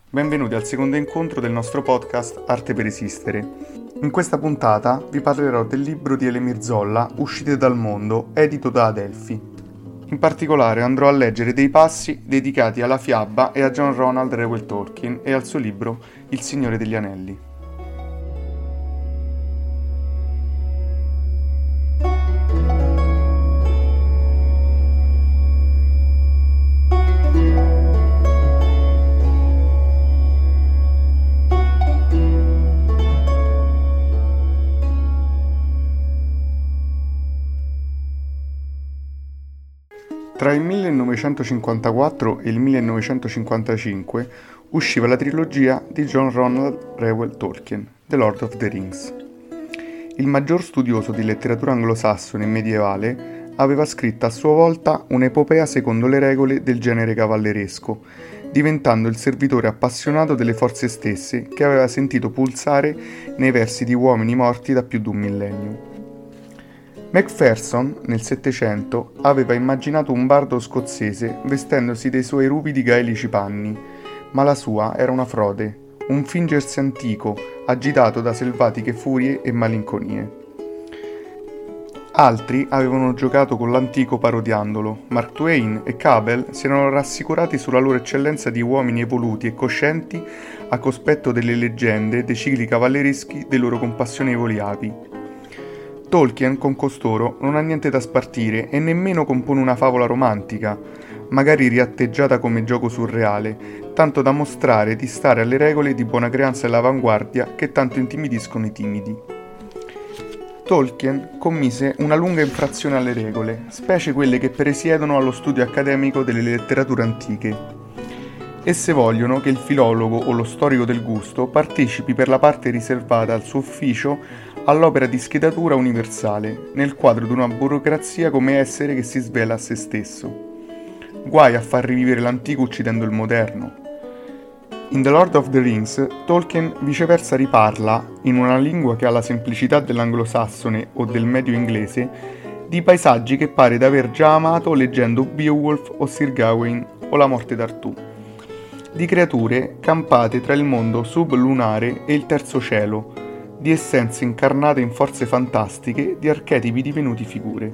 Benvenuti al secondo incontro del nostro podcast Arte per Esistere. In questa puntata vi parlerò del libro di Elimir Zolla, Uscite dal mondo, edito da Adelphi. In particolare andrò a leggere dei passi dedicati alla fiaba e a John Ronald Reuel Tolkien e al suo libro Il Signore degli Anelli. Tra il 1954 e il 1955 usciva la trilogia di John Ronald Reuel Tolkien, The Lord of the Rings. Il maggior studioso di letteratura anglosassone e medievale aveva scritto a sua volta un'epopea secondo le regole del genere cavalleresco, diventando il servitore appassionato delle forze stesse che aveva sentito pulsare nei versi di uomini morti da più di un millennio. Macpherson, nel Settecento, aveva immaginato un bardo scozzese vestendosi dei suoi ruvidi gaelici panni, ma la sua era una frode, un fingersi antico, agitato da selvatiche furie e malinconie. Altri avevano giocato con l'antico parodiandolo. Mark Twain e Cabell si erano rassicurati sulla loro eccellenza di uomini evoluti e coscienti a cospetto delle leggende e dei cicli cavallereschi dei loro compassionevoli api. Tolkien con costoro non ha niente da spartire e nemmeno compone una favola romantica, magari riatteggiata come gioco surreale, tanto da mostrare di stare alle regole di buona creanza e all'avanguardia che tanto intimidiscono i timidi. Tolkien commise una lunga infrazione alle regole, specie quelle che presiedono allo studio accademico delle letterature antiche. Esse vogliono che il filologo o lo storico del gusto partecipi per la parte riservata al suo ufficio all'opera di schedatura universale, nel quadro di una burocrazia come essere che si svela a se stesso. Guai a far rivivere l'antico uccidendo il moderno. In The Lord of the Rings, Tolkien viceversa riparla, in una lingua che ha la semplicità dell'anglosassone o del medio inglese, di paesaggi che pare d'aver già amato leggendo Beowulf o Sir Gawain o La morte d'Artù, di creature campate tra il mondo sublunare e il terzo cielo, di essenze incarnate in forze fantastiche, di archetipi divenuti figure.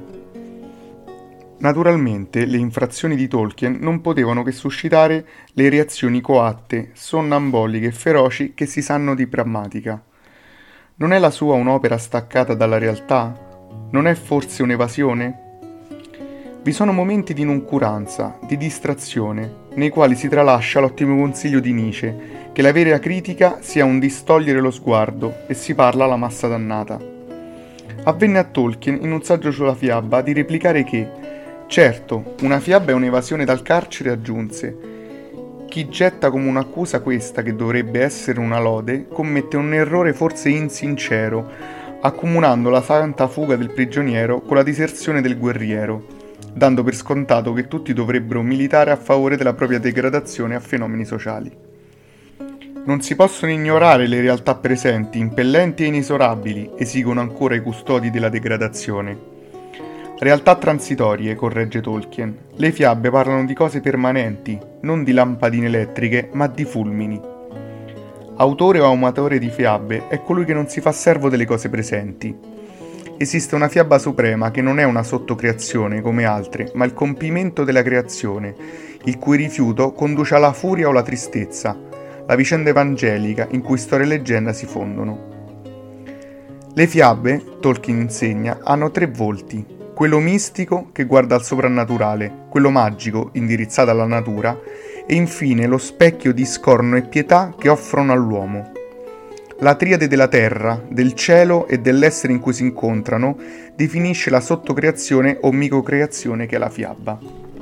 Naturalmente le infrazioni di Tolkien non potevano che suscitare le reazioni coatte, sonnamboliche e feroci che si sanno di prammatica. Non è la sua un'opera staccata dalla realtà? Non è forse un'evasione? Vi sono momenti di noncuranza, di distrazione, nei quali si tralascia l'ottimo consiglio di Nietzsche, che la vera critica sia un distogliere lo sguardo e si parla alla massa dannata. Avvenne a Tolkien, in un saggio sulla fiaba, di replicare che, certo, una fiaba è un'evasione dal carcere, aggiunse. Chi getta come un'accusa questa che dovrebbe essere una lode, commette un errore forse insincero, accomunando la santa fuga del prigioniero con la diserzione del guerriero, dando per scontato che tutti dovrebbero militare a favore della propria degradazione a fenomeni sociali. Non si possono ignorare le realtà presenti, impellenti e inesorabili, esigono ancora i custodi della degradazione. Realtà transitorie, corregge Tolkien. Le fiabe parlano di cose permanenti, non di lampadine elettriche, ma di fulmini. Autore o amatore di fiabe è colui che non si fa servo delle cose presenti. Esiste una fiaba suprema che non è una sottocreazione come altre, ma il compimento della creazione, il cui rifiuto conduce alla furia o alla tristezza, la vicenda evangelica in cui storia e leggenda si fondono. Le fiabe, Tolkien insegna, hanno tre volti: quello mistico che guarda al soprannaturale, quello magico indirizzato alla natura e infine lo specchio di scorno e pietà che offrono all'uomo. La triade della terra, del cielo e dell'essere in cui si incontrano definisce la sottocreazione o microcreazione che è la fiaba.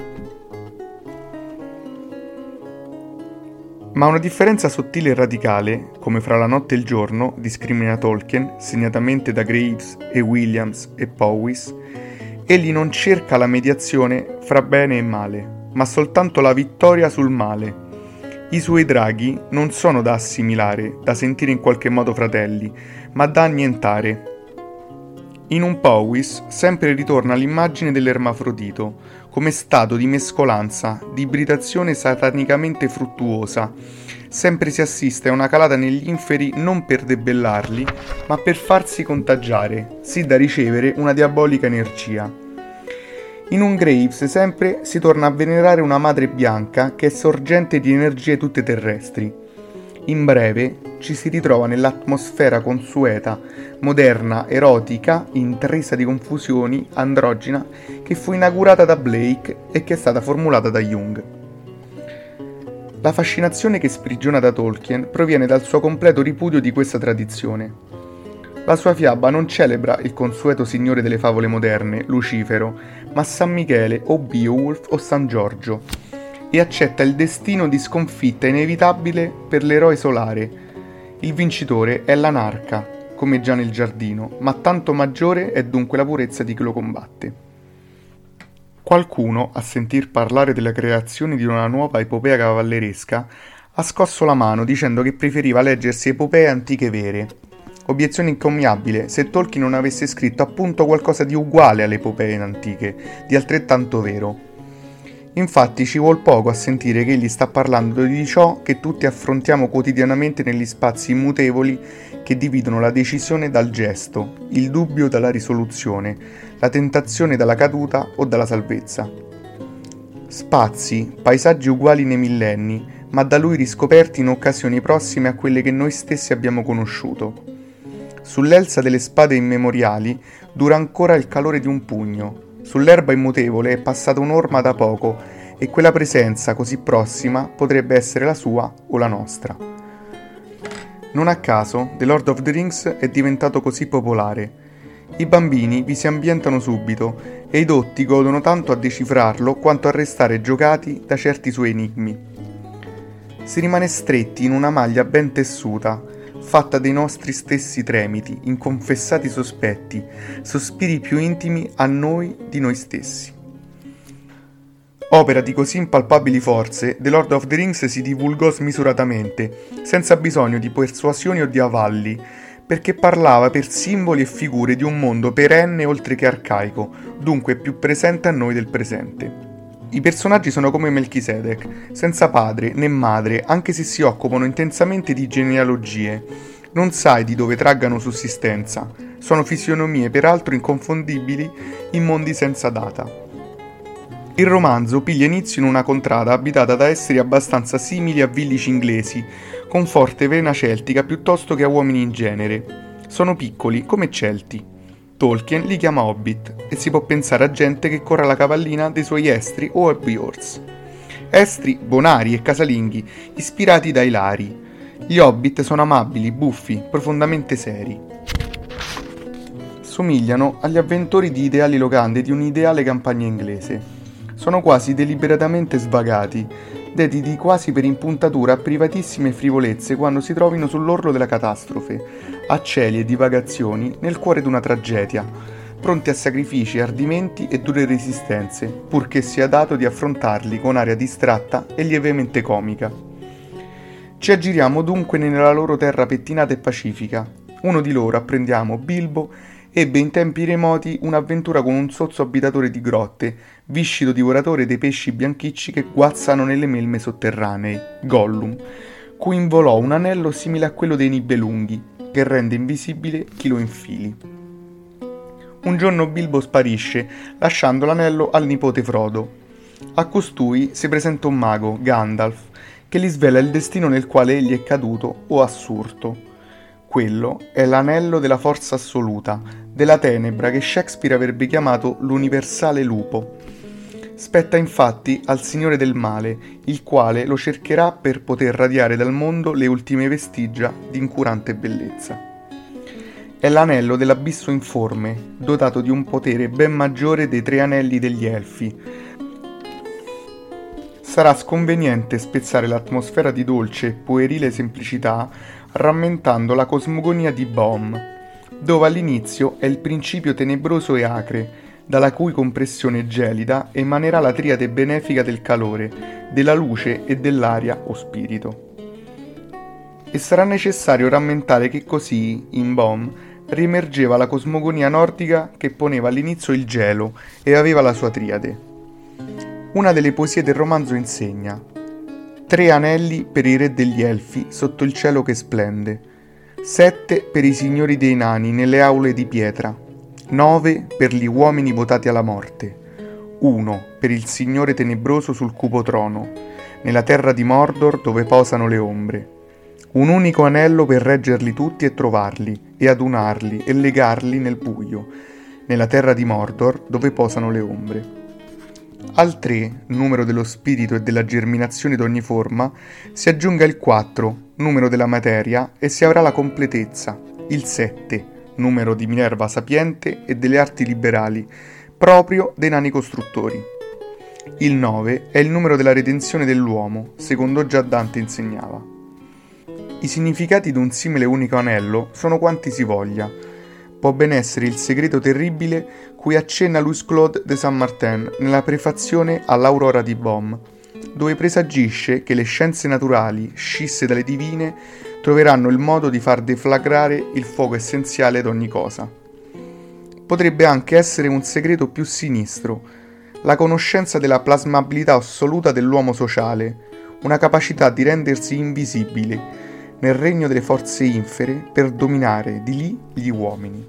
Ma una differenza sottile e radicale, come fra la notte e il giorno, discrimina Tolkien, segnatamente da Graves e Williams e Powys. Egli non cerca la mediazione fra bene e male, ma soltanto la vittoria sul male. I suoi draghi non sono da assimilare, da sentire in qualche modo fratelli, ma da annientare. In un Powys sempre ritorna l'immagine dell'ermafrodito, come stato di mescolanza, di ibridazione satanicamente fruttuosa, sempre si assiste a una calata negli inferi non per debellarli, ma per farsi contagiare, sì da ricevere una diabolica energia. In un Graves sempre si torna a venerare una madre bianca che è sorgente di energie tutte terrestri. In breve, ci si ritrova nell'atmosfera consueta, moderna, erotica, intrisa di confusioni, androgina, che fu inaugurata da Blake e che è stata formulata da Jung. La fascinazione che sprigiona da Tolkien proviene dal suo completo ripudio di questa tradizione. La sua fiaba non celebra il consueto signore delle favole moderne, Lucifero, ma San Michele o Beowulf o San Giorgio, e accetta il destino di sconfitta inevitabile per l'eroe solare. Il vincitore è l'anarca, come già nel giardino, ma tanto maggiore è dunque la purezza di chi lo combatte. Qualcuno, a sentir parlare della creazione di una nuova epopea cavalleresca, ha scosso la mano dicendo che preferiva leggersi epopee antiche vere. Obiezione incommiabile se Tolkien non avesse scritto appunto qualcosa di uguale alle epopee antiche, di altrettanto vero. Infatti ci vuol poco a sentire che egli sta parlando di ciò che tutti affrontiamo quotidianamente negli spazi immutevoli che dividono la decisione dal gesto, il dubbio dalla risoluzione, la tentazione dalla caduta o dalla salvezza. Spazi, paesaggi uguali nei millenni, ma da lui riscoperti in occasioni prossime a quelle che noi stessi abbiamo conosciuto. Sull'elsa delle spade immemoriali dura ancora il calore di un pugno. Sull'erba immutevole è passata un'orma da poco e quella presenza così prossima potrebbe essere la sua o la nostra. Non a caso The Lord of the Rings è diventato così popolare. I bambini vi si ambientano subito e i dotti godono tanto a decifrarlo quanto a restare giocati da certi suoi enigmi. Si rimane stretti in una maglia ben tessuta, fatta dei nostri stessi tremiti, inconfessati sospetti, sospiri più intimi a noi di noi stessi. Opera di così impalpabili forze, The Lord of the Rings si divulgò smisuratamente, senza bisogno di persuasioni o di avalli, perché parlava per simboli e figure di un mondo perenne oltre che arcaico, dunque più presente a noi del presente. I personaggi sono come Melchisedec, senza padre né madre, anche se si occupano intensamente di genealogie. Non sai di dove traggano sussistenza. Sono fisionomie peraltro inconfondibili in mondi senza data. Il romanzo piglia inizio in una contrada abitata da esseri abbastanza simili a villici inglesi, con forte vena celtica piuttosto che a uomini in genere. Sono piccoli, come Celti. Tolkien li chiama Hobbit e si può pensare a gente che corre alla cavallina dei suoi estri o a Beors. Estri, bonari e casalinghi, ispirati dai Lari. Gli Hobbit sono amabili, buffi, profondamente seri. Somigliano agli avventori di ideali locande di un'ideale campagna inglese. Sono quasi deliberatamente svagati, dediti quasi per impuntatura a privatissime frivolezze quando si trovino sull'orlo della catastrofe, a cieli e divagazioni nel cuore d'una tragedia, pronti a sacrifici, ardimenti e dure resistenze, purché sia dato di affrontarli con aria distratta e lievemente comica. Ci aggiriamo dunque nella loro terra pettinata e pacifica. Uno di loro, apprendiamo, Bilbo, ebbe in tempi remoti un'avventura con un sozzo abitatore di grotte, viscido divoratore dei pesci bianchicci che guazzano nelle melme sotterranee, Gollum, cui involò un anello simile a quello dei Nibelunghi, che rende invisibile chi lo infili. Un giorno Bilbo sparisce, lasciando l'anello al nipote Frodo. A costui si presenta un mago, Gandalf, che gli svela il destino nel quale egli è caduto o assurto. Quello è l'anello della forza assoluta, della tenebra che Shakespeare avrebbe chiamato l'universale lupo. Spetta infatti al Signore del Male, il quale lo cercherà per poter radiare dal mondo le ultime vestigia di incurante bellezza. È l'anello dell'abisso informe, dotato di un potere ben maggiore dei 3 anelli degli Elfi. Sarà sconveniente spezzare l'atmosfera di dolce e puerile semplicità rammentando la cosmogonia di Baum, dove all'inizio è il principio tenebroso e acre, dalla cui compressione gelida emanerà la triade benefica del calore, della luce e dell'aria o spirito. E sarà necessario rammentare che così, in Baum, riemergeva la cosmogonia nordica che poneva all'inizio il gelo e aveva la sua triade. Una delle poesie del romanzo insegna: 3 anelli per i re degli Elfi sotto il cielo che splende, 7 per i signori dei nani nelle aule di pietra, 9 per gli uomini votati alla morte, 1 per il Signore tenebroso sul cupo trono, nella terra di Mordor dove posano le ombre. Un unico anello per reggerli tutti e trovarli, e adunarli e legarli nel buio, nella terra di Mordor dove posano le ombre. Al 3, numero dello spirito e della germinazione d'ogni forma, si aggiunga il 4, numero della materia, e si avrà la completezza, il 7, numero di Minerva sapiente e delle arti liberali, proprio dei nani costruttori. Il 9 è il numero della redenzione dell'uomo, secondo già Dante insegnava. I significati di un simile unico anello sono quanti si voglia. Può ben essere il segreto terribile cui accenna Louis-Claude de Saint-Martin nella prefazione all'Aurora di Bohm, dove presagisce che le scienze naturali, scisse dalle divine, troveranno il modo di far deflagrare il fuoco essenziale ad ogni cosa. Potrebbe anche essere un segreto più sinistro, la conoscenza della plasmabilità assoluta dell'uomo sociale, una capacità di rendersi invisibile nel regno delle forze infere per dominare di lì gli uomini.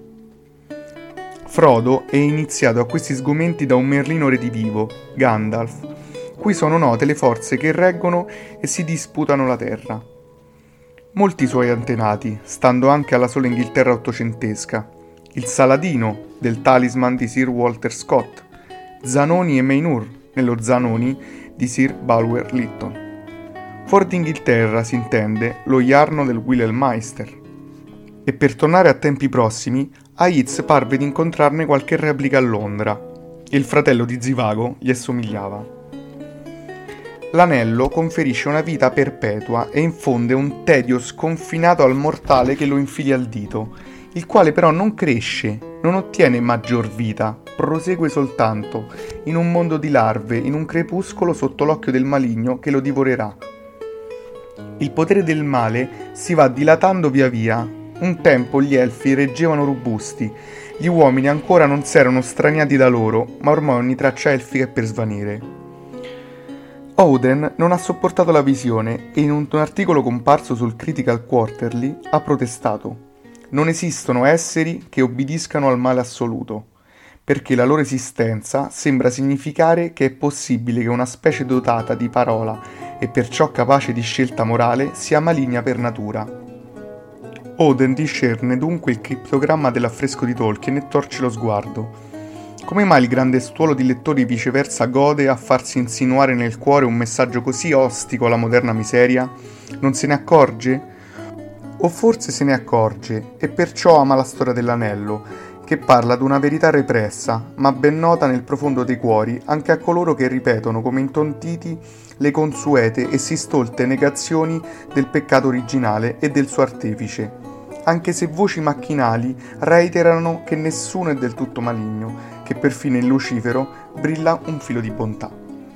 Frodo è iniziato a questi sgomenti da un merlino redivivo, Gandalf, cui sono note le forze che reggono e si disputano la terra. Molti suoi antenati, stando anche alla sola Inghilterra ottocentesca, il Saladino del Talisman di Sir Walter Scott, Zanoni e Mainur nello Zanoni di Sir Bulwer Lytton. Fuori d'Inghilterra si intende lo Jarno del Wilhelmeister. E per tornare a tempi prossimi, a Yeats parve di incontrarne qualche replica a Londra, e il fratello di Zivago gli assomigliava. L'anello conferisce una vita perpetua e infonde un tedio sconfinato al mortale che lo infili al dito, il quale però non cresce, non ottiene maggior vita, prosegue soltanto, in un mondo di larve, in un crepuscolo sotto l'occhio del maligno che lo divorerà. Il potere del male si va dilatando via via. Un tempo gli elfi reggevano robusti, gli uomini ancora non s'erano straniati da loro, ma ormai ogni traccia elfica è per svanire. Auden non ha sopportato la visione e in un articolo comparso sul Critical Quarterly ha protestato: non esistono esseri che obbediscano al male assoluto, perché la loro esistenza sembra significare che è possibile che una specie dotata di parola e perciò capace di scelta morale sia maligna per natura. Auden discerne dunque il crittogramma dell'affresco di Tolkien e torce lo sguardo. Come mai il grande stuolo di lettori viceversa gode a farsi insinuare nel cuore un messaggio così ostico alla moderna miseria? Non se ne accorge? O forse se ne accorge e perciò ama la storia dell'anello, che parla di una verità repressa, ma ben nota nel profondo dei cuori anche a coloro che ripetono come intontiti le consuete e sistolte negazioni del peccato originale e del suo artefice, anche se voci macchinali reiterano che nessuno è del tutto maligno, che perfino in Lucifero brilla un filo di bontà.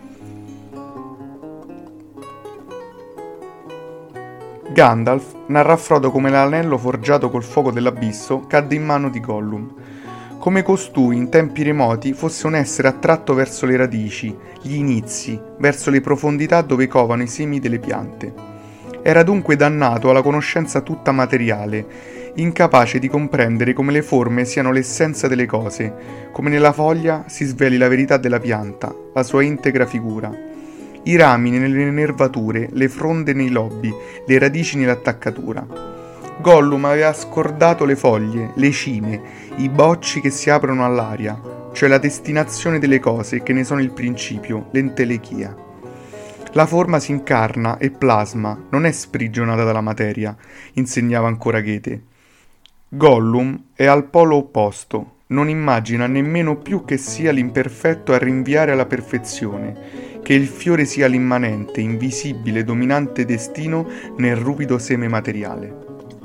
Gandalf narra a Frodo come l'anello forgiato col fuoco dell'abisso cadde in mano di Gollum, come costui in tempi remoti fosse un essere attratto verso le radici, gli inizi, verso le profondità dove covano i semi delle piante. Era dunque dannato alla conoscenza tutta materiale, incapace di comprendere come le forme siano l'essenza delle cose, come nella foglia si sveli la verità della pianta, la sua integra figura. I rami nelle nervature, le fronde nei lobi, le radici nell'attaccatura. Gollum aveva scordato le foglie, le cime, i bocci che si aprono all'aria, cioè la destinazione delle cose che ne sono il principio, l'entelechia. La forma si incarna e plasma, non è sprigionata dalla materia, insegnava ancora Goethe. Gollum è al polo opposto, non immagina nemmeno più che sia l'imperfetto a rinviare alla perfezione, che il fiore sia l'immanente, invisibile, dominante destino nel ruvido seme materiale.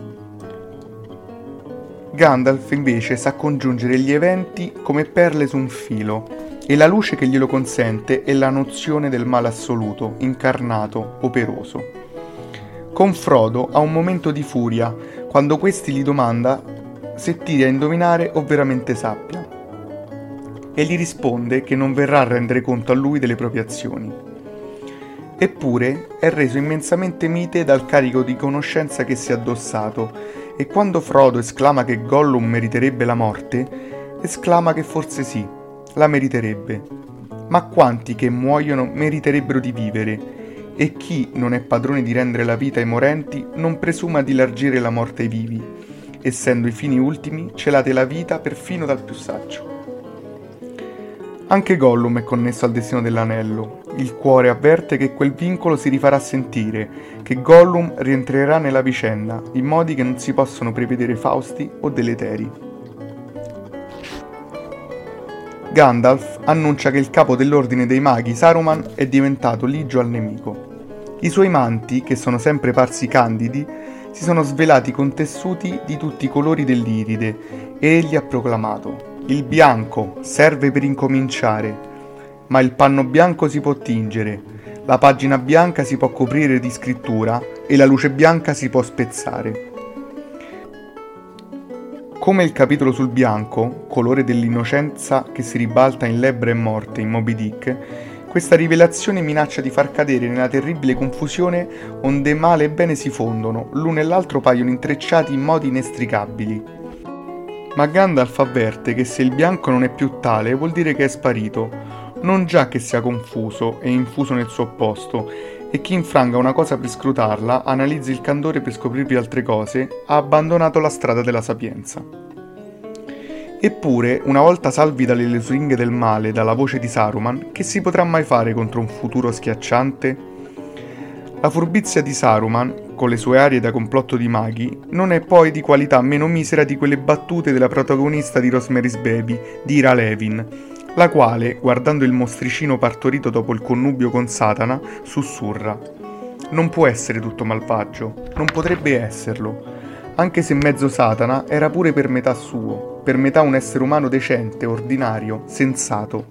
Gandalf invece sa congiungere gli eventi come perle su un filo, e la luce che glielo consente è la nozione del male assoluto, incarnato, operoso. Con Frodo ha un momento di furia, quando questi gli domanda se tiri a indovinare o veramente sappia, e gli risponde che non verrà a rendere conto a lui delle proprie azioni. Eppure è reso immensamente mite dal carico di conoscenza che si è addossato, e quando Frodo esclama che Gollum meriterebbe la morte, esclama che forse sì, la meriterebbe. Ma quanti che muoiono meriterebbero di vivere, e chi non è padrone di rendere la vita ai morenti non presuma di largire la morte ai vivi, essendo i fini ultimi celate la vita perfino dal più saggio. Anche Gollum è connesso al destino dell'anello. Il cuore avverte che quel vincolo si rifarà sentire, che Gollum rientrerà nella vicenda, in modi che non si possono prevedere fausti o deleteri. Gandalf annuncia che il capo dell'ordine dei maghi Saruman è diventato ligio al nemico. I suoi manti, che sono sempre parsi candidi, si sono svelati con tessuti di tutti i colori dell'iride e egli ha proclamato: il bianco serve per incominciare, ma il panno bianco si può tingere, la pagina bianca si può coprire di scrittura e la luce bianca si può spezzare. Come il capitolo sul bianco, colore dell'innocenza che si ribalta in Lebbra e Morte in Moby Dick, questa rivelazione minaccia di far cadere nella terribile confusione onde male e bene si fondono, l'uno e l'altro paiono intrecciati in modi inestricabili. Ma Gandalf avverte che se il bianco non è più tale vuol dire che è sparito, non già che sia confuso e infuso nel suo opposto, e chi infranga una cosa per scrutarla, analizzi il candore per scoprirvi altre cose, ha abbandonato la strada della sapienza. Eppure, una volta salvi dalle lusinghe del male dalla voce di Saruman, che si potrà mai fare contro un futuro schiacciante? La furbizia di Saruman, con le sue arie da complotto di maghi, non è poi di qualità meno misera di quelle battute della protagonista di Rosemary's Baby, di Ira Levin, la quale, guardando il mostricino partorito dopo il connubio con Satana, sussurra: non può essere tutto malvagio, non potrebbe esserlo, anche se mezzo Satana era pure per metà suo, per metà un essere umano decente, ordinario, sensato.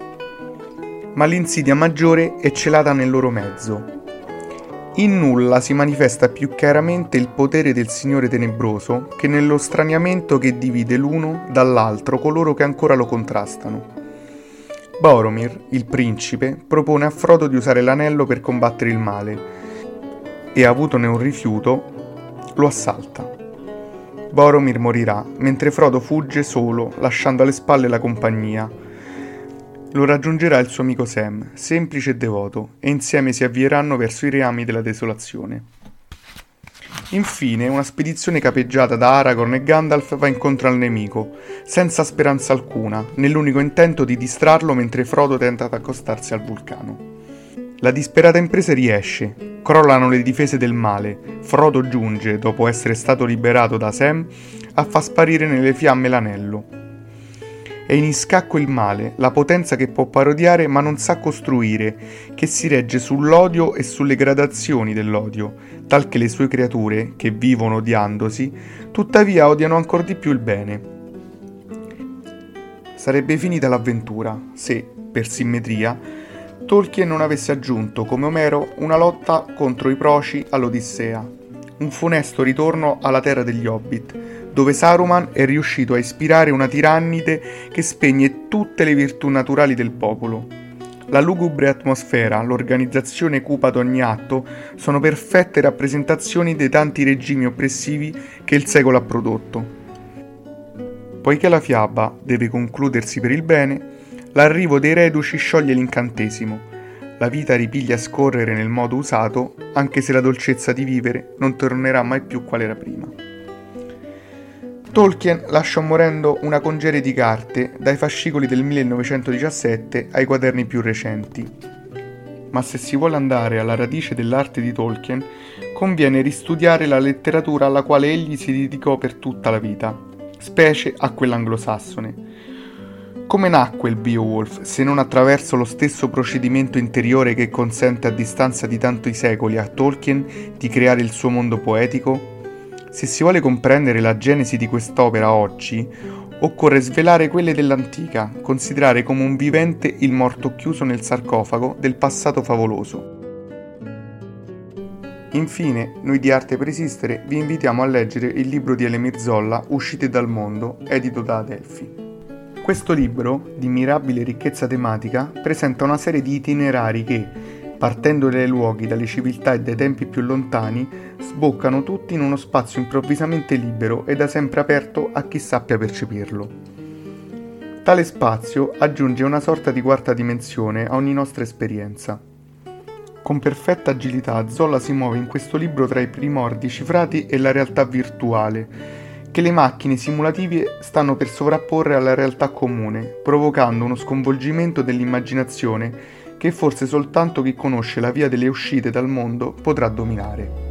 Ma l'insidia maggiore è celata nel loro mezzo. In nulla si manifesta più chiaramente il potere del Signore Tenebroso che nello straniamento che divide l'uno dall'altro coloro che ancora lo contrastano. Boromir, il principe, propone a Frodo di usare l'anello per combattere il male e, avutone un rifiuto, lo assalta. Boromir morirà, mentre Frodo fugge solo, lasciando alle spalle la compagnia. Lo raggiungerà il suo amico Sam, semplice e devoto, e insieme si avvieranno verso i reami della desolazione. Infine, una spedizione capeggiata da Aragorn e Gandalf va incontro al nemico, senza speranza alcuna, nell'unico intento di distrarlo mentre Frodo tenta ad accostarsi al vulcano. La disperata impresa riesce, crollano le difese del male, Frodo giunge, dopo essere stato liberato da Sam, a far sparire nelle fiamme l'anello. È in scacco il male, la potenza che può parodiare ma non sa costruire, che si regge sull'odio e sulle gradazioni dell'odio, tal che le sue creature, che vivono odiandosi, tuttavia odiano ancor di più il bene. Sarebbe finita l'avventura se, per simmetria, Tolkien non avesse aggiunto, come Omero, una lotta contro i Proci all'Odissea, un funesto ritorno alla terra degli Hobbit, dove Saruman è riuscito a ispirare una tirannide che spegne tutte le virtù naturali del popolo. La lugubre atmosfera, l'organizzazione cupa ad ogni atto, sono perfette rappresentazioni dei tanti regimi oppressivi che il secolo ha prodotto. Poiché la fiaba deve concludersi per il bene, l'arrivo dei reduci scioglie l'incantesimo. La vita ripiglia a scorrere nel modo usato, anche se la dolcezza di vivere non tornerà mai più quale era prima. Tolkien lasciò morendo una congerie di carte, dai fascicoli del 1917 ai quaderni più recenti. Ma se si vuole andare alla radice dell'arte di Tolkien, conviene ristudiare la letteratura alla quale egli si dedicò per tutta la vita, specie a quella anglosassone. Come nacque il Beowulf, se non attraverso lo stesso procedimento interiore che consente a distanza di tanti secoli a Tolkien di creare il suo mondo poetico? Se si vuole comprendere la genesi di quest'opera oggi, occorre svelare quelle dell'antica, considerare come un vivente il morto chiuso nel sarcofago del passato favoloso. Infine, noi di Arte per Esistere vi invitiamo a leggere il libro di Elimir Zolla, Uscite dal mondo, edito da Adelphi. Questo libro, di mirabile ricchezza tematica, presenta una serie di itinerari che, partendo dai luoghi, dalle civiltà e dai tempi più lontani, sboccano tutti in uno spazio improvvisamente libero e da sempre aperto a chi sappia percepirlo. Tale spazio aggiunge una sorta di quarta dimensione a ogni nostra esperienza. Con perfetta agilità Zola si muove in questo libro tra i primordi cifrati e la realtà virtuale, che le macchine simulative stanno per sovrapporre alla realtà comune, provocando uno sconvolgimento dell'immaginazione che forse soltanto chi conosce la via delle uscite dal mondo potrà dominare.